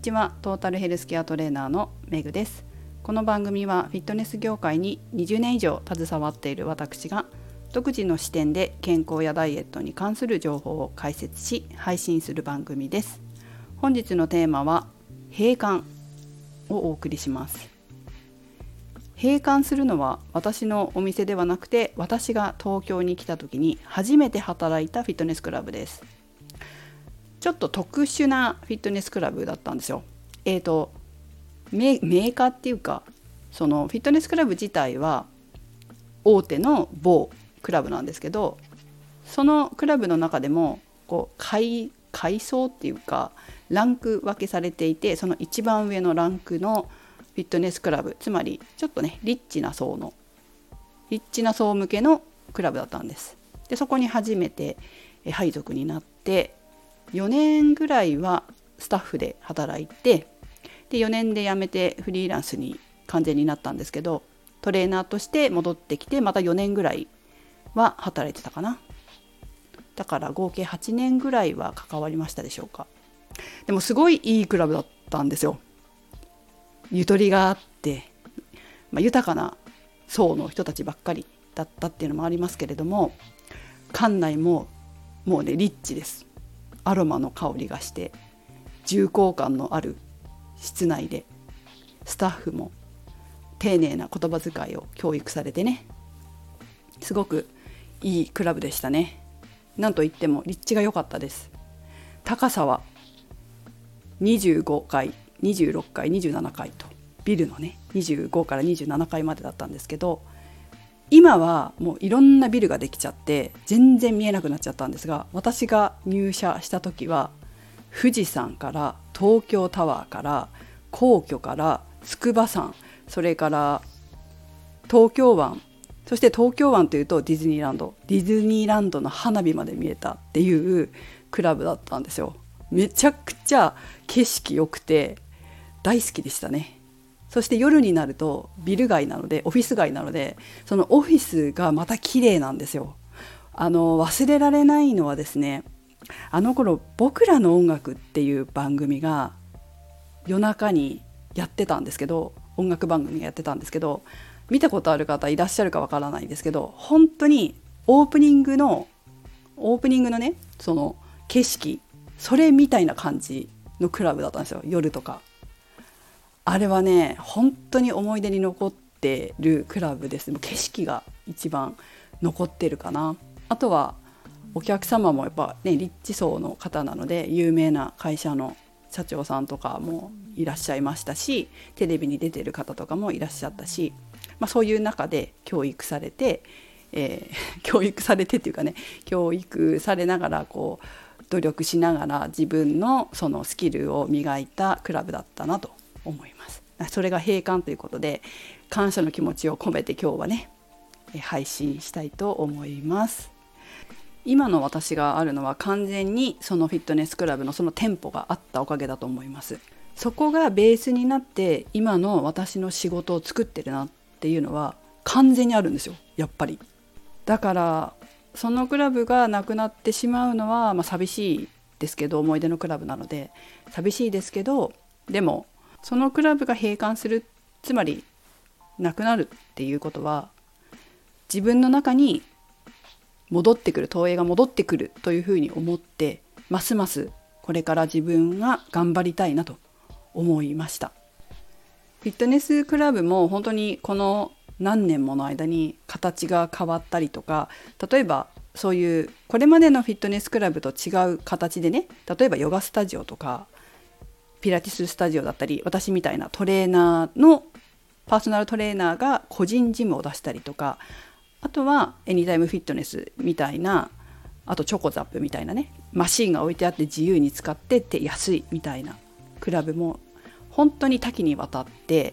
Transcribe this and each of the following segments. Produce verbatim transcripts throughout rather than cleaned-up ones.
ちは。トータルヘルスケアトレーナーのメグです。この番組はフィットネス業界ににじゅうねん以上携わっている私が独自の視点で健康やダイエットに関する情報を解説し配信する番組です。本日のテーマは閉館をお送りします。閉館するのは私のお店ではなくて、私が東京に来た時に初めて働いたフィットネスクラブです。ちょっと特殊なフィットネスクラブだったんですよ。えーとメ, メーカーっていうか、そのフィットネスクラブ自体は大手の某クラブなんですけど、そのクラブの中でもこう 階, 階層っていうかランク分けされていて、その一番上のランクのフィットネスクラブ、つまりちょっとねリッチな層のリッチな層向けのクラブだったんです。でそこに初めて配属になってよねんぐらいはスタッフで働いて、でよねんで辞めてフリーランスに完全になったんですけど、トレーナーとして戻ってきてまたよねんぐらいは働いてたかな。だから合計はちねんぐらいは関わりましたでしょうか。でもすごいいいクラブだったんですよ。ゆとりがあって、まあ、豊かな層の人たちばっかりだったっていうのもありますけれども、館内ももうねリッチです。アロマの香りがして重厚感のある室内で、スタッフも丁寧な言葉遣いを教育されてね、すごくいいクラブでしたね。なんといっても立地が良かったです。高さはにじゅうごかい、にじゅうろっかい、にじゅうななかいと、ビルのねにじゅうごからにじゅうななかいまでだったんですけど、今はもういろんなビルができちゃって全然見えなくなっちゃったんですが、私が入社した時は富士山から東京タワーから皇居から筑波山、それから東京湾、そして東京湾というとディズニーランドディズニーランドの花火まで見えたっていうクラブだったんですよ。めちゃくちゃ景色良くて大好きでしたね。そして夜になるとビル街なので、オフィス街なので、そのオフィスがまた綺麗なんですよ。あの忘れられないのはですね、あの頃僕らの音楽っていう番組が夜中にやってたんですけど、音楽番組がやってたんですけど、見たことある方いらっしゃるかわからないんですけど、本当にオープニングのオープニングのねその景色、それみたいな感じのクラブだったんですよ、夜とか。あれはね本当に思い出に残ってるクラブです。もう景色が一番残ってるかな。あとはお客様もやっぱねリッチ層の方なので、有名な会社の社長さんとかもいらっしゃいましたし、テレビに出てる方とかもいらっしゃったし、まあ、そういう中で教育されて、えー、教育されてっていうかね教育されながらこう努力しながら自分のそのスキルを磨いたクラブだったなと思います。それが閉館ということで、感謝の気持ちを込めて今日はね配信したいと思います。今の私があるのは完全にそのフィットネスクラブのその店舗があったおかげだと思います。そこがベースになって今の私の仕事を作ってるなっていうのは完全にあるんですよ、やっぱり。だからそのクラブがなくなってしまうのは、まあ、寂しいですけど、思い出のクラブなので寂しいですけど、でもそのクラブが閉館する、つまりなくなるっていうことは、自分の中に戻ってくる、投影が戻ってくるというふうに思って、ますますこれから自分が頑張りたいなと思いました。フィットネスクラブも本当にこの何年もの間に形が変わったりとか、例えばそういうこれまでのフィットネスクラブと違う形でね、例えばヨガスタジオとかピラティススタジオだったり、私みたいなトレーナーのパーソナルトレーナーが個人ジムを出したりとか、あとはエニタイムフィットネスみたいな、あとチョコザップみたいなねマシンが置いてあって自由に使ってって安いみたいなクラブも本当に多岐にわたって、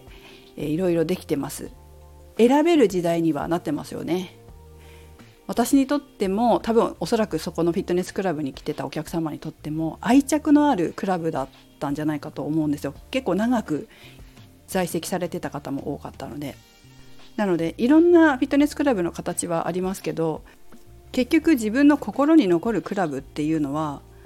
えー、いろいろできてます。選べる時代にはなってますよね。私にとっても、多分おそらくそこのフィットネスクラブに来てたお客様にとっても愛着のあるクラブだったんじゃないかと思うんですよ。結構長く在籍されてた方も多かったので。なのでいろんなフィットネスクラブの形はありますけど、結局自分の心に残るクラブっていうのは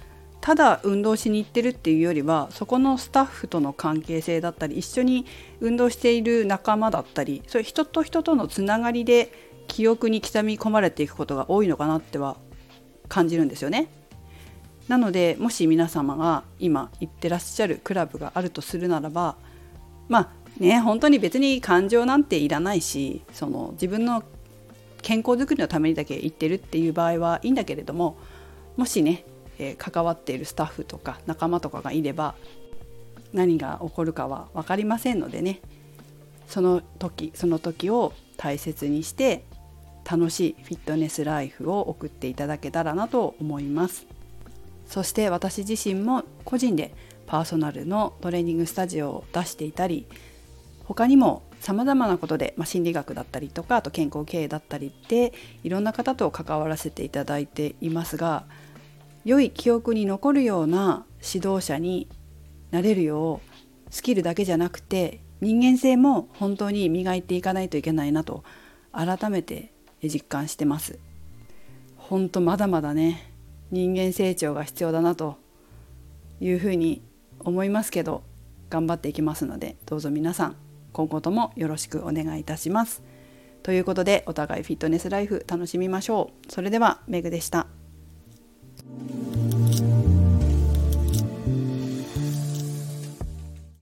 ただ運動しに行ってるっていうよりは、そこのスタッフとの関係性だったり、一緒に運動している仲間だったり、そういう人と人とのつながりで記憶に刻み込まれていくことが多いのかなっては感じるんですよね。なので、もし皆様が今行ってらっしゃるクラブがあるとするならば、まあね、本当に別に感情なんていらないし、その自分の健康づくりのためにだけ行ってるっていう場合はいいんだけれども、もしね、えー、関わっているスタッフとか仲間とかがいれば何が起こるかは分かりませんのでね、その時その時を大切にして楽しいフィットネスライフを送っていただけたらなと思います。そして私自身も個人でパーソナルのトレーニングスタジオを出していたり、他にもさまざまなことで、まあ、心理学だったりとか、あと健康経営だったりっていろんな方と関わらせていただいていますが、良い記憶に残るような指導者になれるよう、スキルだけじゃなくて人間性も本当に磨いていかないといけないなと改めて実感してます。本当まだまだね、人間成長が必要だなというふうに思いますけど、頑張っていきますので、どうぞ皆さん今後ともよろしくお願いいたします。ということで、お互いフィットネスライフ楽しみましょう。それではメグでした。